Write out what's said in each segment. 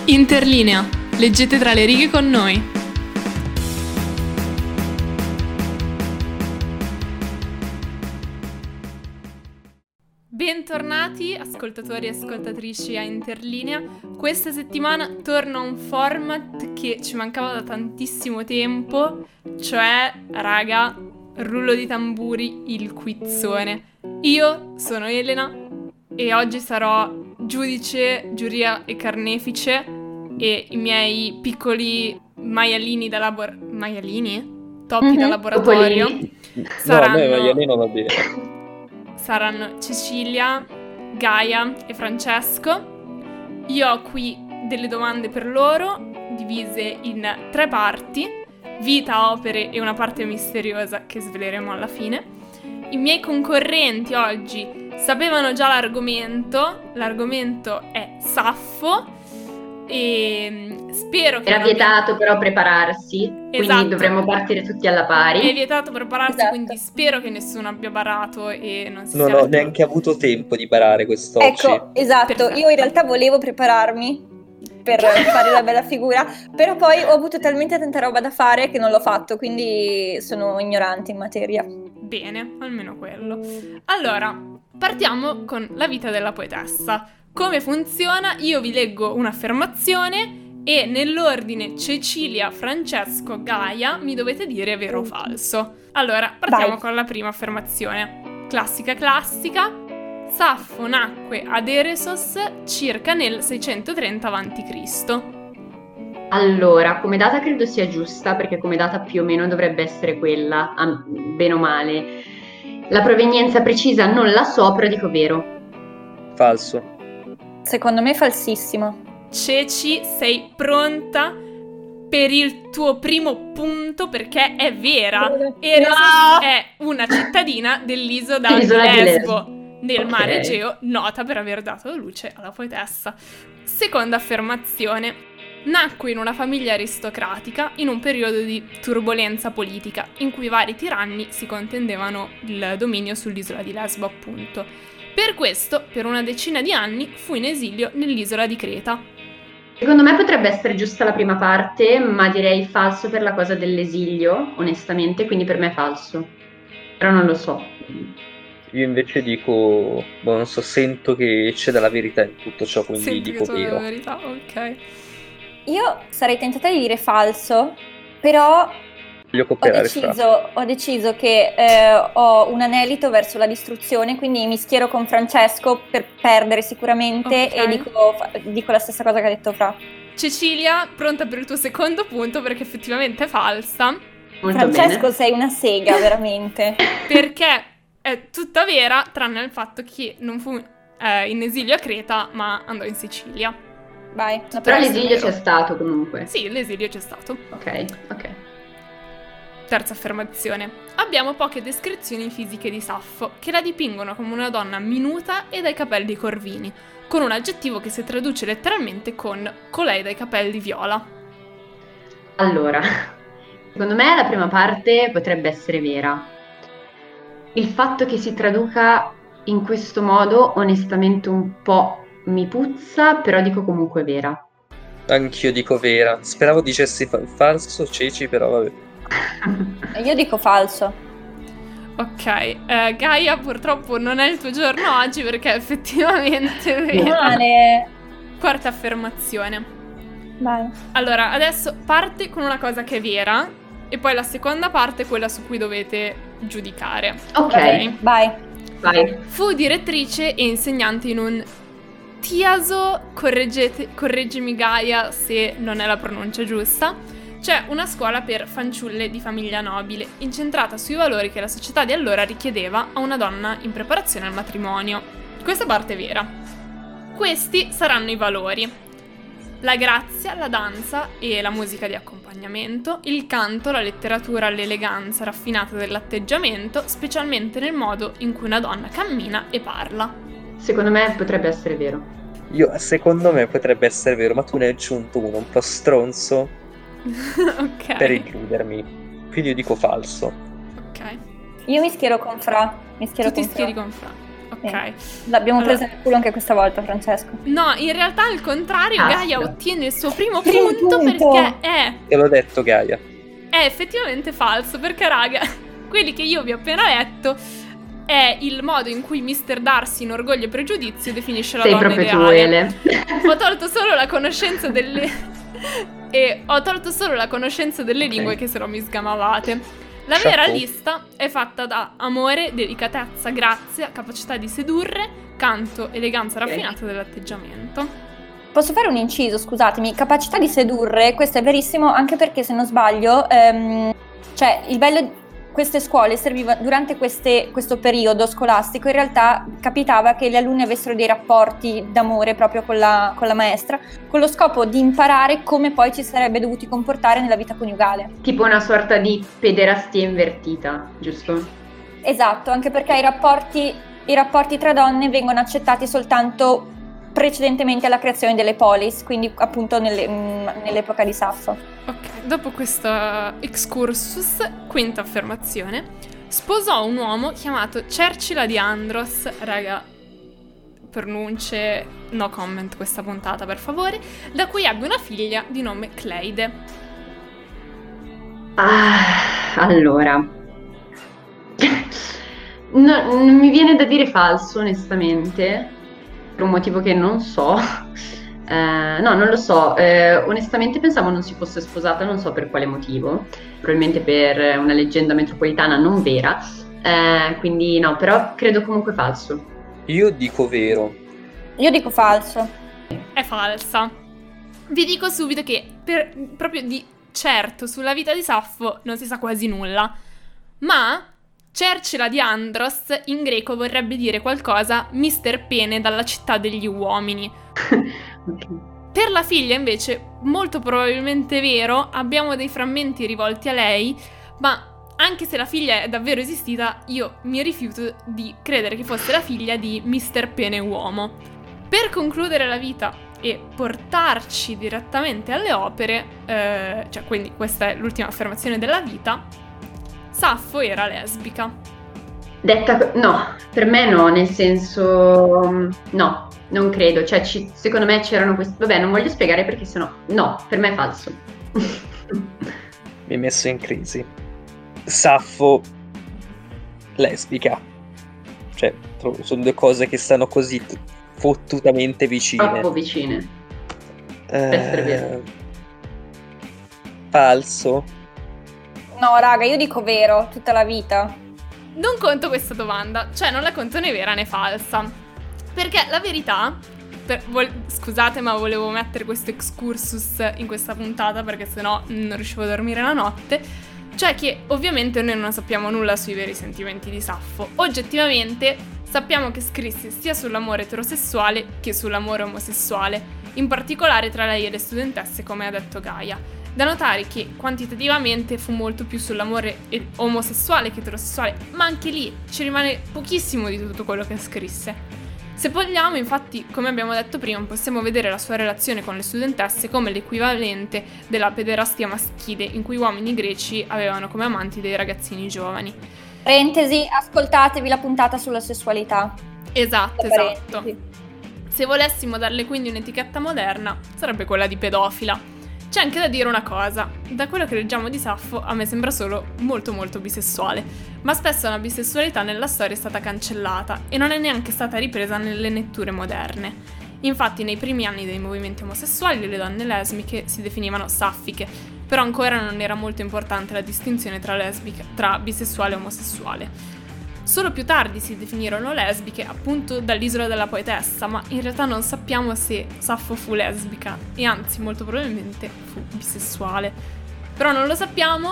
Interlinea. Leggete tra le righe con noi. Bentornati ascoltatori e ascoltatrici a Interlinea. Questa settimana torna un format che ci mancava da tantissimo tempo, cioè, raga, rullo di tamburi, il quizzone. Io sono Elena e oggi sarò giudice, giuria e carnefice, e i miei piccoli maialini da maialini? Topi da laboratorio saranno Cecilia, Gaia e Francesco. Io ho qui delle domande per loro, divise in 3 parti: vita, opere e una parte misteriosa che sveleremo alla fine. I miei concorrenti oggi sapevano già l'argomento è Saffo, e spero che... Era vietato però prepararsi, Esatto. Quindi dovremmo partire tutti alla pari. È vietato prepararsi, Esatto. Quindi spero che nessuno abbia barato e non si Non sia... ho neanche avuto tempo di barare quest'oggi. Ecco, esatto, Perfetto. io in realtà volevo prepararmi per fare una bella figura, però poi ho avuto talmente tanta roba da fare che non l'ho fatto, quindi sono ignorante in materia. Bene, almeno quello. Allora, partiamo con la vita della poetessa. Come funziona? Io vi leggo un'affermazione e nell'ordine Cecilia, Francesco, Gaia mi dovete dire vero o falso. Allora, partiamo Vai. con la prima affermazione. Classica. Saffo nacque ad Eresos circa nel 630 a.C. Allora, come data credo sia giusta, perché come data più o meno dovrebbe essere quella, bene o male. La provenienza precisa non la so, però dico vero. Falso. Secondo me è falsissimo. Ceci, sei pronta per il tuo primo punto, perché è vera. Eresos è una cittadina dell'isola di L'isola di Lesbo, nel Ok. mare Egeo, nota per aver dato luce alla poetessa. Seconda affermazione. Nacque in una famiglia aristocratica in un periodo di turbolenza politica in cui vari tiranni si contendevano il dominio sull'isola di Lesbo, appunto. Per questo, per una decina di anni, fu in esilio nell'isola di Creta. Secondo me potrebbe essere giusta la prima parte, ma direi falso per la cosa dell'esilio, onestamente, quindi per me è falso. Però non lo so. Io invece dico, non so, sento che c'è della verità in tutto ciò, quindi Senti dico che sono la vero. verità, ok. Io sarei tentata di dire falso, però Voglio cooperare, Fra. ho deciso che ho un anelito verso la distruzione, quindi mi schiero con Francesco per perdere sicuramente, Ok. e dico la stessa cosa che ha detto Fra. Cecilia, pronta per il tuo secondo punto, perché effettivamente è falsa, Molto Francesco, bene. sei una sega, veramente. perché è tutta vera, tranne il fatto che non fu in esilio a Creta, ma andò in Sicilia. Vai. Però Questo è l'esilio vero. c'è stato comunque. Sì, l'esilio c'è stato. Ok. Terza affermazione. Abbiamo poche descrizioni fisiche di Saffo, che la dipingono come una donna minuta e dai capelli corvini, con un aggettivo che si traduce letteralmente con colei dai capelli viola. Allora, secondo me la prima parte potrebbe essere vera. Il fatto che si traduca in questo modo, onestamente, un po' mi puzza, però dico comunque vera. Anch'io dico vera. Speravo dicessi falso, Ceci, però vabbè. Io dico falso. Ok, Gaia, purtroppo non è il tuo giorno oggi perché effettivamente è vera. Male. Quarta affermazione. Vai. Allora, adesso parte con una cosa che è vera e poi la seconda parte è quella su cui dovete giudicare. Ok, Vai. vai. Fu direttrice e insegnante in un Tiaso, correggimi Gaia se non è la pronuncia giusta, cioè una scuola per fanciulle di famiglia nobile, incentrata sui valori che la società di allora richiedeva a una donna in preparazione al matrimonio. Questa parte è vera. Questi saranno i valori: la grazia, la danza e la musica di accompagnamento, il canto, la letteratura, l'eleganza raffinata dell'atteggiamento, specialmente nel modo in cui una donna cammina e parla. Secondo me potrebbe essere vero. Secondo me potrebbe essere vero, ma tu ne hai aggiunto uno un po' stronzo Ok. per illudermi. Quindi io dico falso. Ok. Io mi schiero con Fra. Tu ti schieri con Fra. Ok. L'abbiamo Allora- presa nel culo anche questa volta, Francesco. No, in realtà al contrario, Ah, Gaia no. ottiene il suo primo Primo punto punto. perché Te l'ho detto, Gaia. è effettivamente falso, perché raga, quelli che io vi ho appena letto è il modo in cui Mr. Darcy in Orgoglio e Pregiudizio definisce la Sei donna proprio tu, ideale. Ele. Ho tolto solo la conoscenza delle e ho tolto solo la conoscenza delle Ok. lingue, che se no mi sgamavate. La vera Chapeau. lista è fatta da amore, delicatezza, grazia, capacità di sedurre, canto, eleganza Ok. raffinata dell'atteggiamento. Posso fare un inciso, scusatemi, capacità di sedurre, questo è verissimo anche perché se non sbaglio, cioè il bello queste scuole serviva durante questo periodo scolastico, in realtà capitava che gli alunni avessero dei rapporti d'amore proprio con la maestra, con lo scopo di imparare come poi ci sarebbe dovuti comportare nella vita coniugale. Tipo una sorta di pederastia invertita, giusto? Esatto, anche perché i rapporti tra donne vengono accettati soltanto precedentemente alla creazione delle polis, quindi appunto nell'epoca di Saffo. Ok, dopo questo excursus, quinta affermazione, sposò un uomo chiamato Cercila di Andros, raga, pronunce, no comment questa puntata per favore, da cui ebbe una figlia di nome Cleide. Allora, non mi viene da dire falso, onestamente, per un motivo che non so. No, non lo so. Onestamente pensavo non si fosse sposata, non so per quale motivo. Probabilmente per una leggenda metropolitana non vera. Quindi no, però credo comunque falso. Io dico vero. Io dico falso. È falsa. Vi dico subito che proprio di certo sulla vita di Saffo non si sa quasi nulla, ma Cercila di Andros in greco vorrebbe dire qualcosa Mister Pene dalla città degli uomini. Ok. Per la figlia invece, molto probabilmente vero, abbiamo dei frammenti rivolti a lei, ma anche se la figlia è davvero esistita, io mi rifiuto di credere che fosse la figlia di Mister Pene uomo. Per concludere la vita e portarci direttamente alle opere, cioè quindi questa è l'ultima affermazione della vita, Saffo era lesbica. No, per me no, nel senso no, non credo. Cioè, secondo me c'erano questi. Vabbè, non voglio spiegare perché sennò. No, per me è falso. Mi hai messo in crisi. Saffo lesbica. Cioè, sono due cose che stanno così fottutamente vicine. Troppo vicine. essere vero. Falso. No, raga, io dico vero, tutta la vita. Non conto questa domanda, cioè non la conto né vera né falsa. Perché la verità, scusate ma volevo mettere questo excursus in questa puntata perché sennò non riuscivo a dormire la notte, cioè che ovviamente noi non sappiamo nulla sui veri sentimenti di Saffo. Oggettivamente sappiamo che scrisse sia sull'amore eterosessuale che sull'amore omosessuale, in particolare tra lei e le studentesse, come ha detto Gaia. Da notare che quantitativamente fu molto più sull'amore omosessuale che eterosessuale, ma anche lì ci rimane pochissimo di tutto quello che scrisse. Se vogliamo, infatti, come abbiamo detto prima, possiamo vedere la sua relazione con le studentesse come l'equivalente della pederastia maschile, in cui uomini greci avevano come amanti dei ragazzini giovani. Parentesi, ascoltatevi la puntata sulla sessualità. Esatto. Parentesi. Se volessimo darle quindi un'etichetta moderna, sarebbe quella di pedofila. C'è anche da dire una cosa, da quello che leggiamo di Saffo a me sembra solo molto molto bisessuale, ma spesso la bisessualità nella storia è stata cancellata e non è neanche stata ripresa nelle letture moderne. Infatti nei primi anni dei movimenti omosessuali le donne lesbiche si definivano saffiche, però ancora non era molto importante la distinzione tra bisessuale e omosessuale. Solo più tardi si definirono lesbiche appunto dall'Isola della Poetessa, ma in realtà non sappiamo se Saffo fu lesbica e anzi molto probabilmente fu bisessuale. Però non lo sappiamo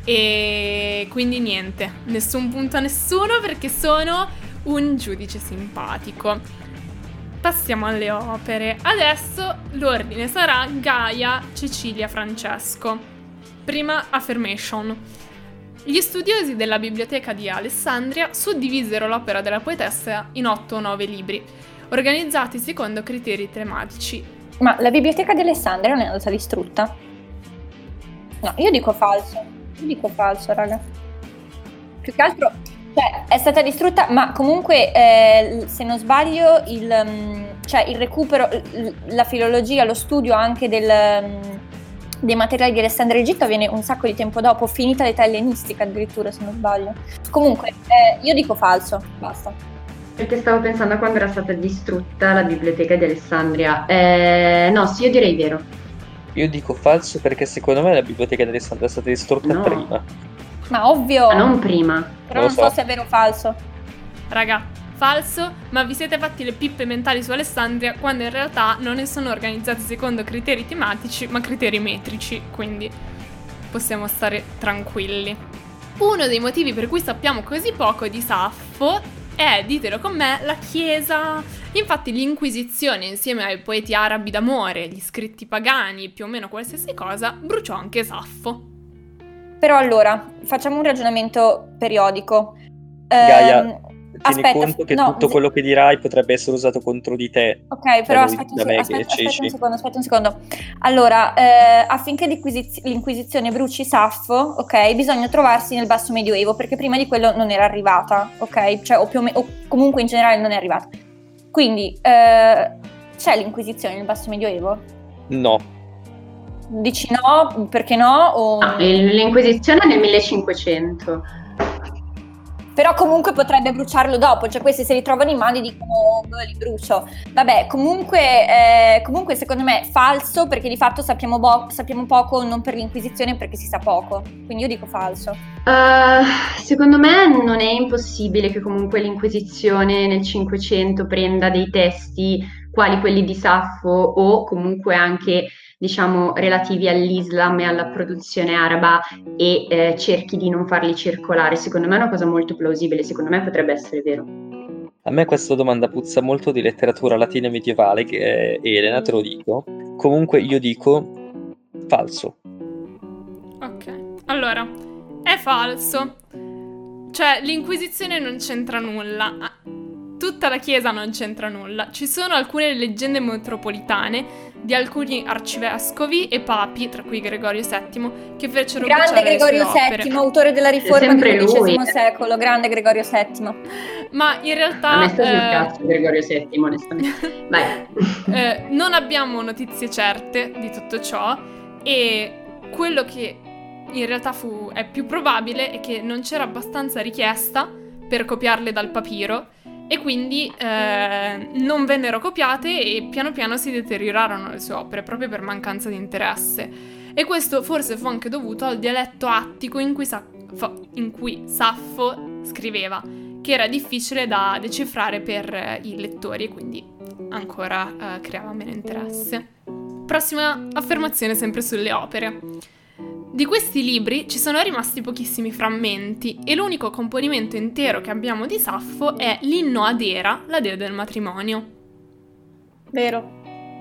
e quindi niente, nessun punto a nessuno perché sono un giudice simpatico. Passiamo alle opere. Adesso l'ordine sarà Gaia, Cecilia, Francesco. Prima affirmation. Gli studiosi della biblioteca di Alessandria suddivisero l'opera della poetessa in 8 o 9 libri, organizzati secondo criteri tematici. Ma la biblioteca di Alessandria non è andata distrutta? No, io dico falso. Io dico falso, raga. Più che altro Cioè, è stata distrutta, ma comunque, se non sbaglio, cioè, il recupero, la filologia, lo studio anche dei materiali di Alessandria Egitto avviene un sacco di tempo dopo, finita l'età ellenistica addirittura, se non sbaglio. Comunque, io dico falso, basta. Perché stavo pensando a quando era stata distrutta la biblioteca di Alessandria. No, sì, io direi vero. Io dico falso perché secondo me la biblioteca di Alessandria è stata distrutta No. prima. Ma ovvio, Ma non prima. però lo non so so. se è vero o falso. Raga, falso, ma vi siete fatti le pippe mentali su Alessandria quando in realtà non ne sono organizzati secondo criteri tematici, ma criteri metrici, quindi possiamo stare tranquilli. Uno dei motivi per cui sappiamo così poco di Saffo è, ditelo con me, la Chiesa. Infatti l'Inquisizione, insieme ai poeti arabi d'amore, gli scritti pagani e più o meno qualsiasi cosa, bruciò anche Saffo. Però allora, facciamo un ragionamento periodico. Gaia, tieni aspetta, conto che no, tutto quello che dirai potrebbe essere usato contro di te. Ok, però Da me che Ceci. aspetta un secondo. Allora, affinché l'Inquisizione bruci Saffo, ok, bisogna trovarsi nel basso medioevo, perché prima di quello non era arrivata, ok? Cioè, o comunque in generale non è arrivata. Quindi, c'è l'Inquisizione nel basso medioevo? No. Dici no? Perché no? O... No, l'Inquisizione è nel 1500. Però comunque potrebbe bruciarlo dopo, cioè questi se li trovano in mano e dicono li brucio. Vabbè, comunque secondo me è falso, perché di fatto sappiamo poco, non per l'Inquisizione, perché si sa poco. Quindi io dico falso. Secondo me non è impossibile che comunque l'Inquisizione nel 500 prenda dei testi quali quelli di Saffo o comunque anche, diciamo, relativi all'Islam e alla produzione araba e cerchi di non farli circolare. Secondo me è una cosa molto plausibile, secondo me potrebbe essere vero. A me questa domanda puzza molto di letteratura latina e medievale, che è Elena, te lo dico. Comunque io dico falso. Ok, allora, è falso. Cioè, l'Inquisizione non c'entra nulla. Tutta la Chiesa non c'entra nulla. Ci sono alcune leggende metropolitane di alcuni arcivescovi e papi, tra cui Gregorio VII, che fecero Grande bruciare le sue Gregorio opere. VII, autore della riforma del sempre lui, XII secolo, grande Gregorio VII. Ma in realtà A me sta sul cazzo Gregorio VII, onestamente. Vai. non abbiamo notizie certe di tutto ciò, e quello che in realtà è più probabile è che non c'era abbastanza richiesta per copiarle dal papiro, e quindi non vennero copiate e piano piano si deteriorarono le sue opere proprio per mancanza di interesse. E questo forse fu anche dovuto al dialetto attico in cui Saffo scriveva, che era difficile da decifrare per i lettori e quindi ancora creava meno interesse. Prossima affermazione sempre sulle opere. Di questi libri ci sono rimasti pochissimi frammenti e l'unico componimento intero che abbiamo di Saffo è l'inno ad Era, la dea del matrimonio. Vero.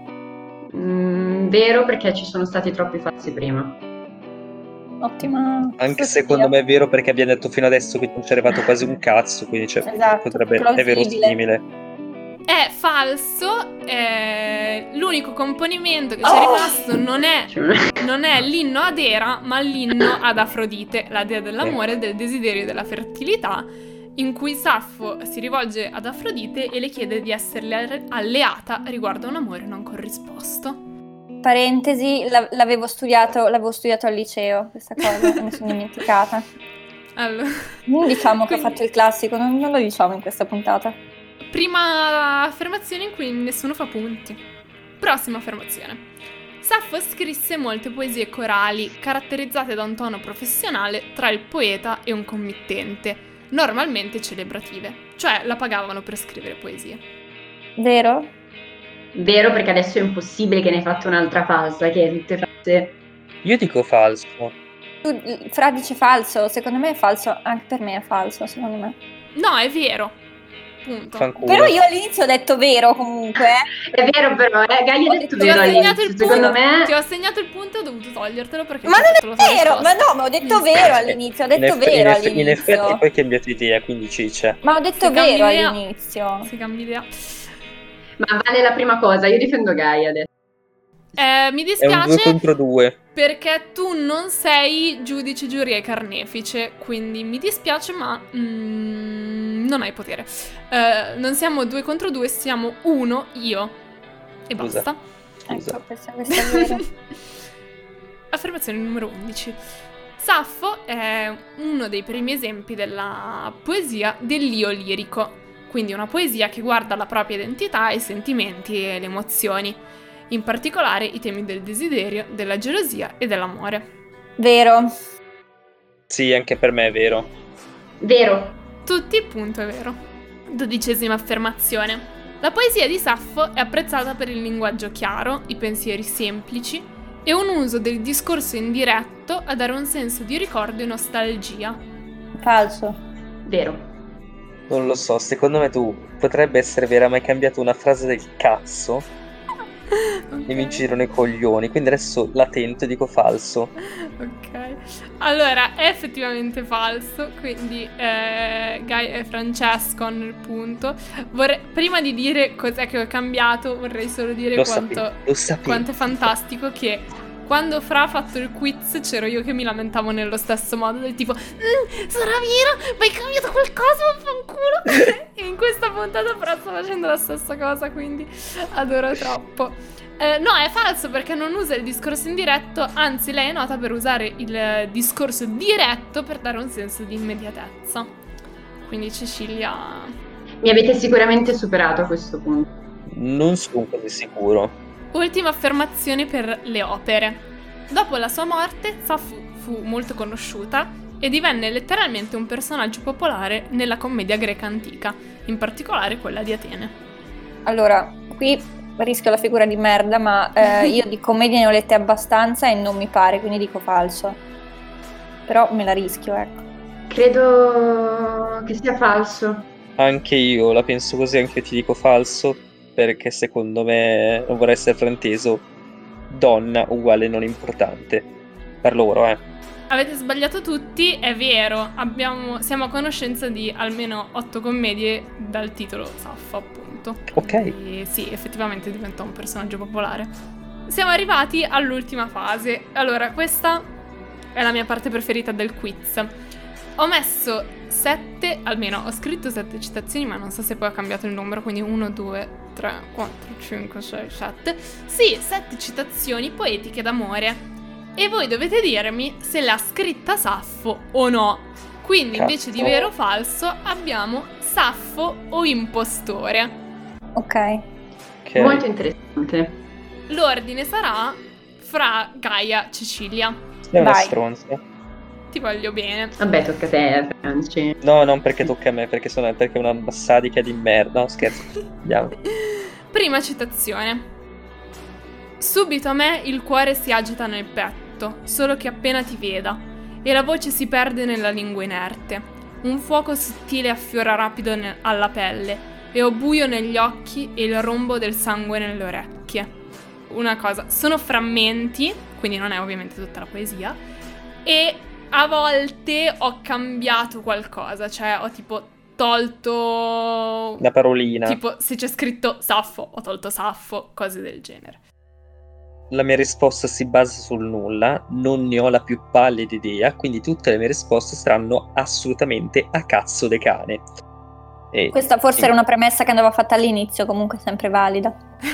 Vero, perché ci sono stati troppi falsi prima. Ottima. Anche secondo me è vero, perché abbiamo detto fino adesso che non ci è arrivato quasi un cazzo, quindi Esatto, è plausibile. verosimile. È falso, l'unico componimento che ci è rimasto non è l'inno ad Era, ma l'inno ad Afrodite, la dea dell'amore, del desiderio e della fertilità, in cui Saffo si rivolge ad Afrodite e le chiede di esserle alleata riguardo a un amore non corrisposto. Parentesi, l'avevo studiato al liceo, questa cosa, mi sono dimenticata. Allora, Non diciamo che ho fatto il classico, non lo diciamo in questa puntata. prima affermazione in cui nessuno fa punti. Prossima affermazione. Saffo scrisse molte poesie corali, caratterizzate da un tono professionale tra il poeta e un committente, normalmente celebrative, cioè la pagavano per scrivere poesie. Vero? Vero, perché adesso è impossibile che ne hai fatto un'altra falsa, che è tutte false. Io dico falso. Fra dice falso, secondo me è falso, anche per me è falso, secondo me. No, è vero. Punto. Fanculo. Però io all'inizio ho detto vero comunque. È vero però, Gaia ha detto Ti ho vero assegnato all'inizio, il secondo punto, me. ti ho assegnato il punto e ho dovuto togliertelo perché Ma ti ho fatto non la è tua vero, ma risposta. no, ma ho detto vero all'inizio, ho detto vero all'inizio. In effetti poi cambiato idea, quindi Ciccia. Ma ho detto Si cambia vero idea. all'inizio. Si cambia idea. Ma vale la prima cosa, io difendo Gaia adesso. Mi È un 2 dispiace, contro 2. perché tu non sei giudice, giuria e carnefice, quindi mi dispiace, ma non hai potere. Non siamo 2 contro 2, siamo 1, io. E Scusa. basta. Scusa. Ecco, questo è vero. Affermazione numero 11. Saffo è uno dei primi esempi della poesia dell'io lirico, quindi una poesia che guarda la propria identità, i sentimenti e le emozioni, in particolare i temi del desiderio, della gelosia e dell'amore. Vero. Sì, anche per me è vero. Vero. Tutti, punto, è vero. 12ª affermazione. La poesia di Saffo è apprezzata per il linguaggio chiaro, i pensieri semplici e un uso del discorso indiretto a dare un senso di ricordo e nostalgia. Falso. Vero. Non lo so, secondo me tu potrebbe essere vera, ma hai cambiato una frase del cazzo e mi girano i coglioni, quindi adesso la tento e dico falso. Ok, allora è effettivamente falso, quindi Gaia e Francesco hanno il punto. Prima di dire cos'è che ho cambiato, vorrei solo dire Lo quanto è fantastico che quando Fra ha fatto il quiz c'ero io che mi lamentavo nello stesso modo, del tipo sarà vero? Ma hai cambiato qualcosa, vaffanculo! E in questa puntata Fra sta facendo la stessa cosa, quindi adoro troppo. No, è falso perché non usa il discorso indiretto, anzi lei è nota per usare il discorso diretto per dare un senso di immediatezza. Quindi Cecilia... Mi avete sicuramente superato a questo punto. Non sono così sicuro. Ultima affermazione per le opere. Dopo la sua morte, Saffo fu molto conosciuta e divenne letteralmente un personaggio popolare nella commedia greca antica, in particolare quella di Atene. Allora, qui rischio la figura di merda, ma io di commedie ne ho lette abbastanza e non mi pare, quindi dico falso. Però me la rischio, ecco. Credo che sia falso. Anche io la penso così, anche io ti dico falso, perché secondo me, non vorrei essere frainteso, donna uguale non importante. Per loro, Avete sbagliato tutti, è vero, siamo a conoscenza di almeno 8 commedie dal titolo Saffo, appunto. Ok. E sì, effettivamente diventò un personaggio popolare. Siamo arrivati all'ultima fase. Allora, questa è la mia parte preferita del quiz. Ho messo 7, almeno ho scritto 7 citazioni, ma non so se poi ho cambiato il numero, quindi 1, 2, 3, 4, 5, 6, 7. Sì, 7 citazioni poetiche d'amore. E voi dovete dirmi se l'ha scritta Saffo o no. Quindi invece di vero o falso abbiamo Saffo o impostore. Ok. Molto interessante. L'ordine sarà Fra, Gaia, Cecilia. Sei una Vai. stronza. Ti voglio bene. Vabbè, tocca a te, Franci. No, non perché tocca a me, perché è una sadica di merda. No, scherzo. Andiamo. Prima citazione. Subito a me il cuore si agita nel petto, solo che appena ti veda, e la voce si perde nella lingua inerte. Un fuoco sottile affiora rapido alla pelle, e ho buio negli occhi e il rombo del sangue nelle orecchie. Una cosa, sono frammenti, quindi non è ovviamente tutta la poesia, e a volte ho cambiato qualcosa, cioè ho tipo tolto... Una parolina. Tipo, se c'è scritto Saffo, ho tolto Saffo, cose del genere. La mia risposta si basa sul nulla, non ne ho la più pallida idea, quindi tutte le mie risposte saranno assolutamente a cazzo de cane. E Questa forse era una premessa che andava fatta all'inizio, comunque sempre valida.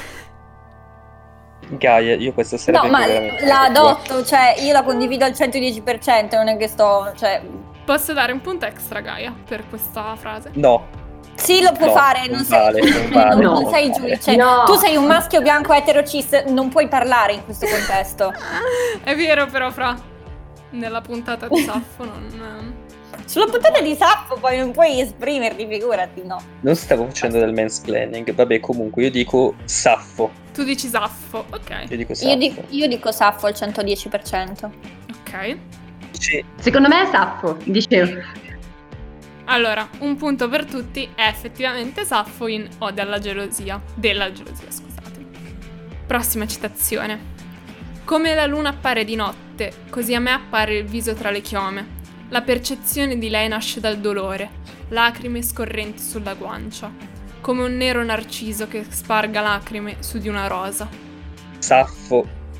Gaia, io questa sera No, vengo ma veramente la tua. adotto, cioè io la condivido al 110%, non è che sto, cioè... Posso dare un punto extra, Gaia, per questa frase? No, Sì, lo puoi No, fare, non vale, non vale, non non sei vale. giudice. No. Tu sei un maschio bianco etero cis, non puoi parlare in questo contesto. È vero, però, Fra, nella puntata di Saffo non... Sulla puntata di Saffo poi non puoi esprimerti, figurati, no. non stavo facendo del mansplaining. Vabbè, comunque io dico Saffo. Tu dici Saffo, ok. Io dico Saffo. Io dico Saffo al 110%. Ok. Dici- Secondo me è Saffo, dicevo. Allora, un punto per tutti, è effettivamente Saffo in Ode alla gelosia. Della gelosia, scusate. Prossima citazione. Come la luna appare di notte, così a me appare il viso tra le chiome. La percezione di lei nasce dal dolore, lacrime scorrenti sulla guancia, come un nero narciso che sparga lacrime su di una rosa. Saffo.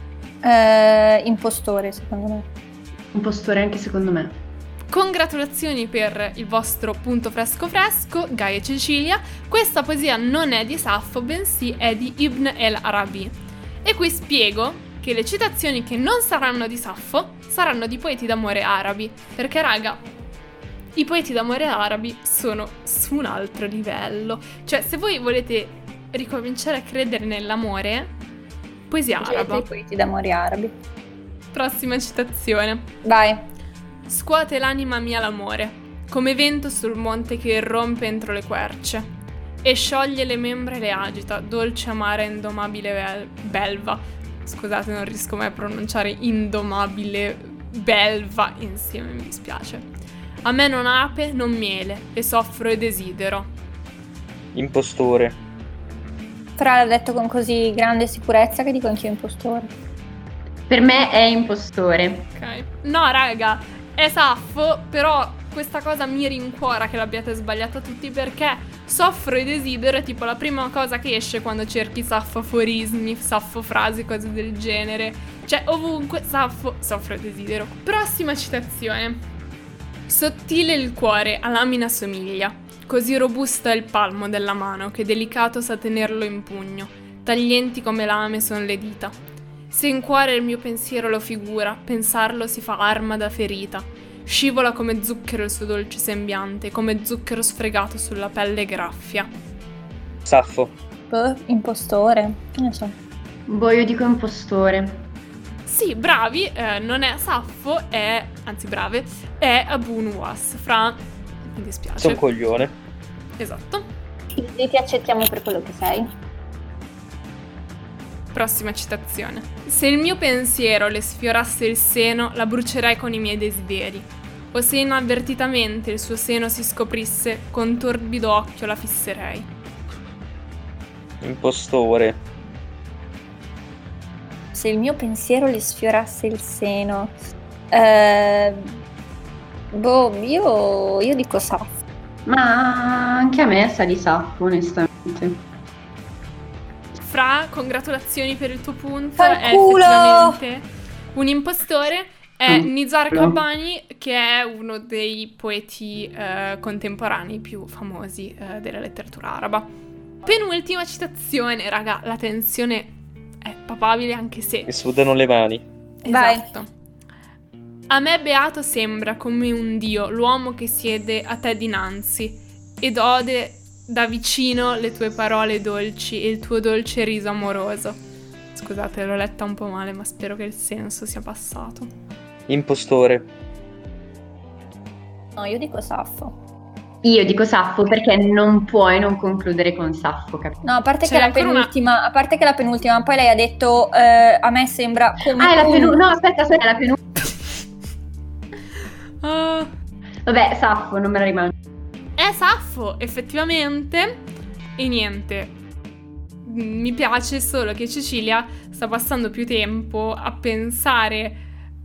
Impostore, secondo me. Impostore anche secondo me. Congratulazioni per il vostro punto fresco fresco, Gaia e Cecilia. Questa poesia non è di Saffo, bensì è di Ibn el-Arabi. E qui spiego che le citazioni che non saranno di Saffo saranno di poeti d'amore arabi. Perché, raga, i poeti d'amore arabi sono su un altro livello. Cioè, se voi volete ricominciare a credere nell'amore, poesia araba. I poeti d'amore arabi. Prossima citazione. Vai. Scuote l'anima mia l'amore, come vento sul monte che irrompe entro le querce, e scioglie le membra e le agita, dolce amara indomabile belva. Scusate, non riesco mai a pronunciare indomabile belva insieme, mi dispiace. A me non ape, non miele, e soffro e desidero. Impostore. Fra l'ha detto con così grande sicurezza che dico anch'io impostore. Per me è impostore. Ok. No, raga, è Saffo, però questa cosa mi rincuora che l'abbiate sbagliata tutti, perché soffro e desidero è tipo la prima cosa che esce quando cerchi Saffo aforismi, Saffo frasi, cose del genere. Cioè, ovunque Saffo, soffro e desidero. Prossima citazione. Sottile il cuore, a lamina somiglia, così robusta è il palmo della mano che delicato sa tenerlo in pugno, taglienti come lame son le dita. Se in cuore il mio pensiero lo figura, pensarlo si fa arma da ferita. Scivola come zucchero il suo dolce sembiante, come zucchero sfregato sulla pelle graffia. Saffo. Impostore, che ne so. Boh, io dico impostore. Sì, bravi, non è Saffo, è, anzi brave, è Abu Nuwas. Fra, mi dispiace. Sei un coglione. Esatto. Quindi ti accettiamo per quello che sei. Prossima citazione. Se il mio pensiero le sfiorasse il seno, la brucerei con i miei desideri. O se inavvertitamente il suo seno si scoprisse, con torbido occhio la fisserei. Impostore. Se il mio pensiero le sfiorasse il seno. Io dico Saffo. Ma anche a me sa di Saffo, onestamente. Fra, congratulazioni per il tuo punto. Fal È culo! effettivamente un impostore. È Nizar culo. Qabbani, che è uno dei poeti contemporanei più famosi della letteratura araba. Penultima citazione, raga, la tensione è papabile anche se... Mi sudano le mani. Esatto. A me beato sembra come un dio l'uomo che siede a te dinanzi ed ode da vicino le tue parole dolci e il tuo dolce riso amoroso. Scusate, l'ho letta un po' male, ma spero che il senso sia passato. Impostore. No, io dico Saffo. Io dico Saffo perché non puoi non concludere con Saffo, capito? No, a parte C'è che la ancora penultima, a parte che la penultima, poi lei ha detto a me sembra come Ah, è la un- penultima. No, aspetta, è la penultima. Ah, Vabbè, Saffo, non me la rimangio. è Saffo, effettivamente. E niente. Mi piace solo che Cecilia sta passando più tempo a pensare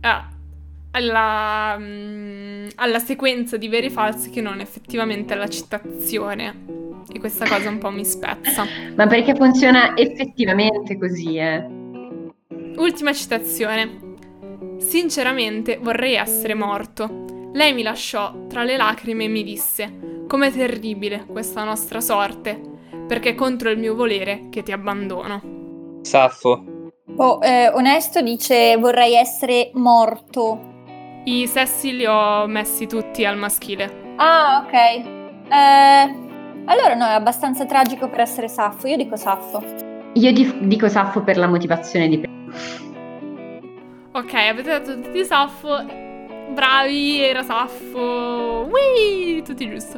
alla sequenza di veri e falsi che non effettivamente alla citazione. E questa cosa un po' mi spezza. Ma perché funziona effettivamente così, Ultima citazione. Sinceramente vorrei essere morto. Lei mi lasciò tra le lacrime e mi disse: com'è terribile questa nostra sorte, perché è contro il mio volere che ti abbandono. Saffo. Onesto dice vorrei essere morto. I sessi li ho messi tutti al maschile. Ah, ok. Allora no, è abbastanza tragico per essere Saffo. Io dico Saffo. Io dico Saffo per la motivazione di prima. Ok, avete detto tutti Saffo. Bravi, era Saffo. Whee, tutti giusto.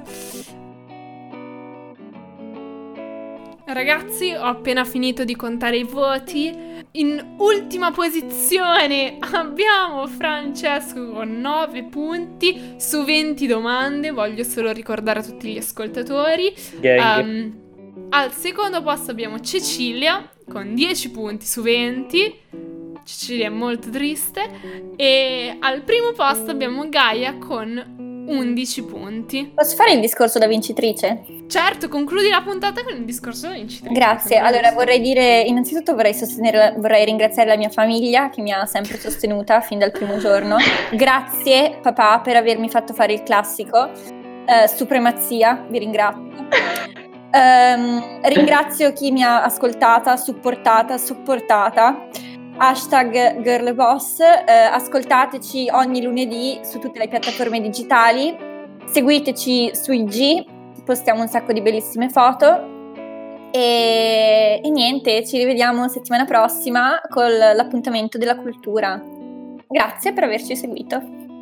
Ragazzi, ho appena finito di contare i voti. In ultima posizione abbiamo Francesco con 9 punti su 20 domande. Voglio solo ricordare a tutti gli ascoltatori. Gang. Al secondo posto abbiamo Cecilia con 10 punti su 20. Cecilia è molto triste. E al primo posto abbiamo Gaia con 11 punti. Posso fare il discorso da vincitrice? Certo, concludi la puntata con il discorso da vincitrice. Grazie, allora vorrei dire, innanzitutto vorrei ringraziare la mia famiglia che mi ha sempre sostenuta fin dal primo giorno. Grazie papà per avermi fatto fare il classico, supremazia, vi ringrazio. Ringrazio chi mi ha ascoltata, supportata, sopportata. #girlboss, ascoltateci ogni lunedì su tutte le piattaforme digitali, seguiteci su IG, postiamo un sacco di bellissime foto e niente, ci rivediamo settimana prossima con l'appuntamento della cultura. Grazie per averci seguito.